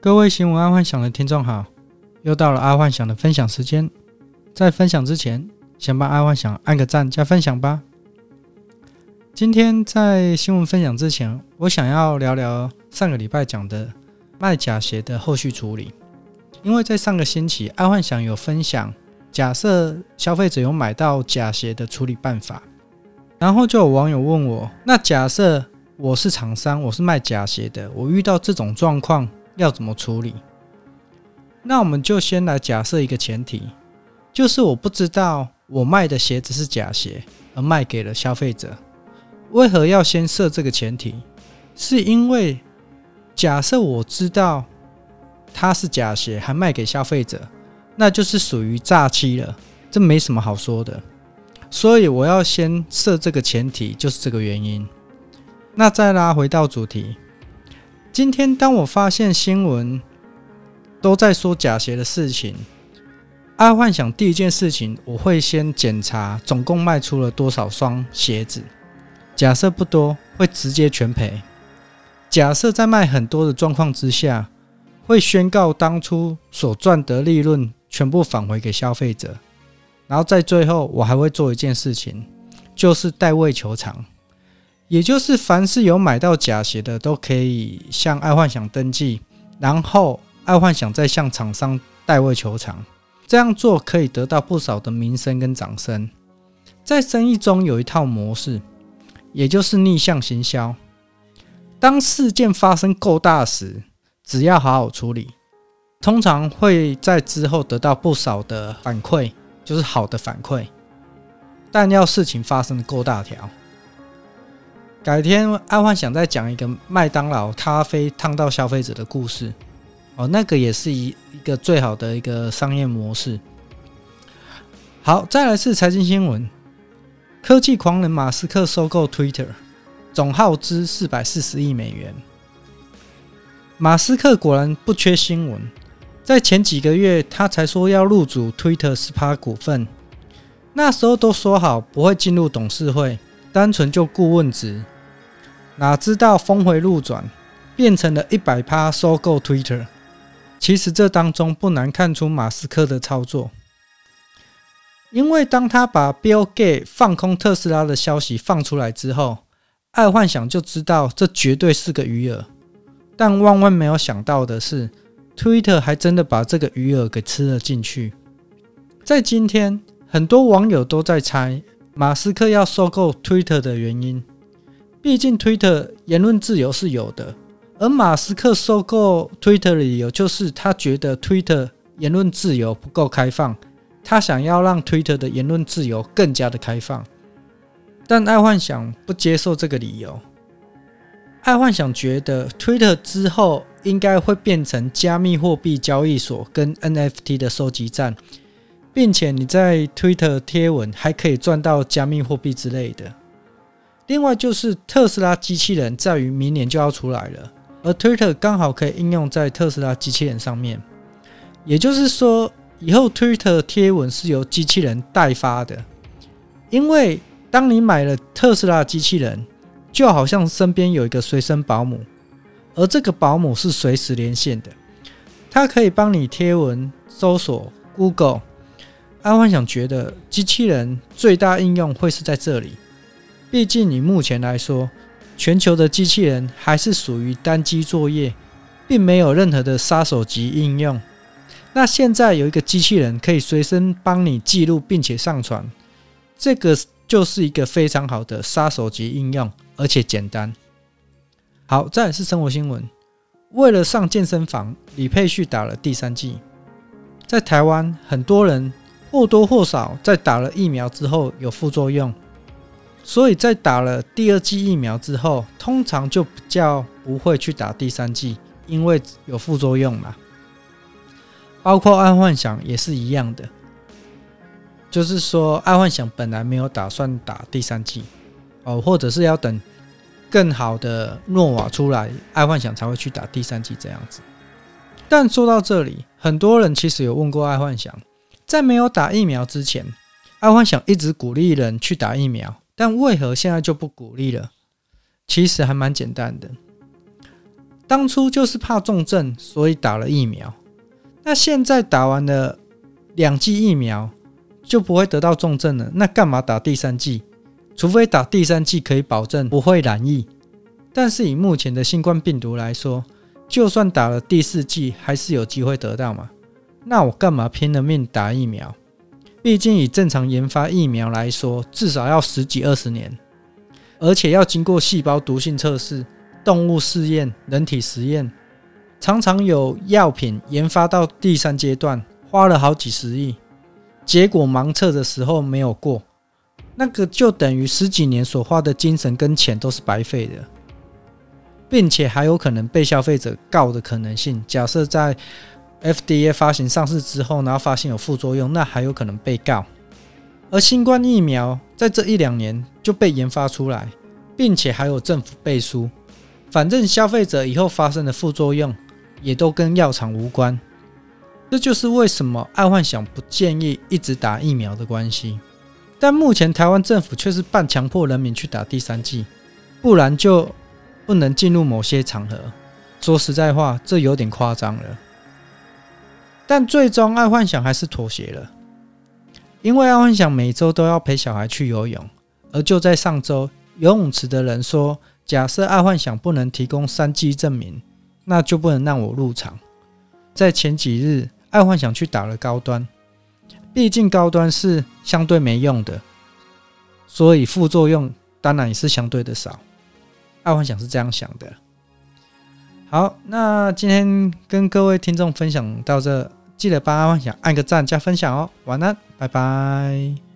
各位新闻爱幻想的听众好，又到了爱幻想的分享时间。在分享之前，先帮爱幻想按个赞加分享吧。今天在新闻分享之前，我想要聊聊上个礼拜讲的卖假鞋的后续处理。因为在上个星期，爱幻想有分享假设消费者有买到假鞋的处理办法，然后就有网友问我，那假设我是厂商，我是卖假鞋的，我遇到这种状况要怎么处理？那我们就先来假设一个前提，就是我不知道我卖的鞋子是假鞋而卖给了消费者。为何要先设这个前提？是因为假设我知道它是假鞋还卖给消费者，那就是属于诈欺了，这没什么好说的。所以我要先设这个前提，就是这个原因。那再拉回到主题，今天当我发现新闻都在说假鞋的事情，爱幻想第一件事情，我会先检查总共卖出了多少双鞋子。假设不多，会直接全赔。假设在卖很多的状况之下，会宣告当初所赚得利润全部返回给消费者。然后在最后，我还会做一件事情，就是代位求偿。也就是凡是有买到假鞋的都可以向爱幻想登记，然后爱幻想再向厂商代位求偿。这样做可以得到不少的名声跟掌声。在生意中有一套模式，也就是逆向行销。当事件发生够大时，只要好好处理，通常会在之后得到不少的反馈，就是好的反馈。但要事情发生的够大条。改天爱幻想再讲一个麦当劳咖啡烫到消费者的故事，那个也是一个最好的一个商业模式。好，再来是财经新闻，科技狂人马斯克收购 Twitter， 总耗资440亿美元。马斯克果然不缺新闻，在前几个月他才说要入主 Twitter 10% 股份，那时候都说好不会进入董事会，单纯就顾问职。哪知道峰回路转，变成了 100% 收购 Twitter。 其实这当中不难看出马斯克的操作，因为当他把 Bill Gates 放空特斯拉的消息放出来之后，爱幻想就知道这绝对是个鱼饵。但万万没有想到的是， Twitter 还真的把这个鱼饵给吃了进去。在今天，很多网友都在猜马斯克要收购 Twitter 的原因。毕竟 Twitter 言论自由是有的，而马斯克收购 Twitter 的理由就是他觉得 Twitter 言论自由不够开放，他想要让 Twitter 的言论自由更加的开放。但爱幻想不接受这个理由。爱幻想觉得 Twitter 之后应该会变成加密货币交易所跟 NFT 的收集站，并且你在 Twitter 贴文还可以赚到加密货币之类的。另外就是特斯拉机器人在于明年就要出来了，而 Twitter 刚好可以应用在特斯拉机器人上面。也就是说，以后 Twitter 贴文是由机器人代发的。因为当你买了特斯拉机器人，就好像身边有一个随身保姆，而这个保姆是随时连线的，它可以帮你贴文、搜索 Google。爱幻想觉得机器人最大应用会是在这里。毕竟以目前来说，全球的机器人还是属于单机作业，并没有任何的杀手级应用。那现在有一个机器人可以随身帮你记录并且上传，这个就是一个非常好的杀手级应用，而且简单。好，再来是生活新闻。为了上健身房，李佩旭打了第3剂。在台湾，很多人或多或少在打了疫苗之后有副作用，所以在打了第2剂疫苗之后，通常就比较不会去打第3剂，因为有副作用嘛。包括爱幻想也是一样的，就是说爱幻想本来没有打算打第3剂，或者是要等更好的诺瓦出来，爱幻想才会去打第3剂这样子。但说到这里，很多人其实有问过爱幻想，在没有打疫苗之前，爱幻想一直鼓励人去打疫苗，但为何现在就不鼓励了？其实还蛮简单的。 当初就是怕重症，所以打了疫苗。那现在打完了2剂疫苗就不会得到重症了，那干嘛打第3剂？除非打第3剂可以保证不会染疫。但是以目前的新冠病毒来说，就算打了第4剂还是有机会得到嘛，那我干嘛拼了命打疫苗？毕竟以正常研发疫苗来说，至少要10几20年，而且要经过细胞毒性测试、动物试验、人体实验，常常有药品研发到第3阶段花了好几十亿，结果盲测的时候没有过，那个就等于10几年所花的精神跟钱都是白费的，并且还有可能被消费者告的可能性。假设在 FDA 发行上市之后，然后发现有副作用，那还有可能被告。而新冠疫苗在这1-2年就被研发出来，并且还有政府背书，反正消费者以后发生的副作用也都跟药厂无关。这就是为什么爱幻想不建议一直打疫苗的关系。但目前台湾政府却是半强迫人民去打第3剂，不然就不能进入某些场合。说实在话，这有点夸张了。但最终爱幻想还是妥协了，因为爱幻想每周都要陪小孩去游泳，而就在上周，游泳池的人说，假设爱幻想不能提供3剂证明，那就不能让我入场。在前几日，爱幻想去打了高端，毕竟高端是相对没用的，所以副作用当然也是相对的少。爱幻想是这样想的。好，那今天跟各位听众分享到这，记得帮爱幻想按个赞加分享哦。晚安，拜拜。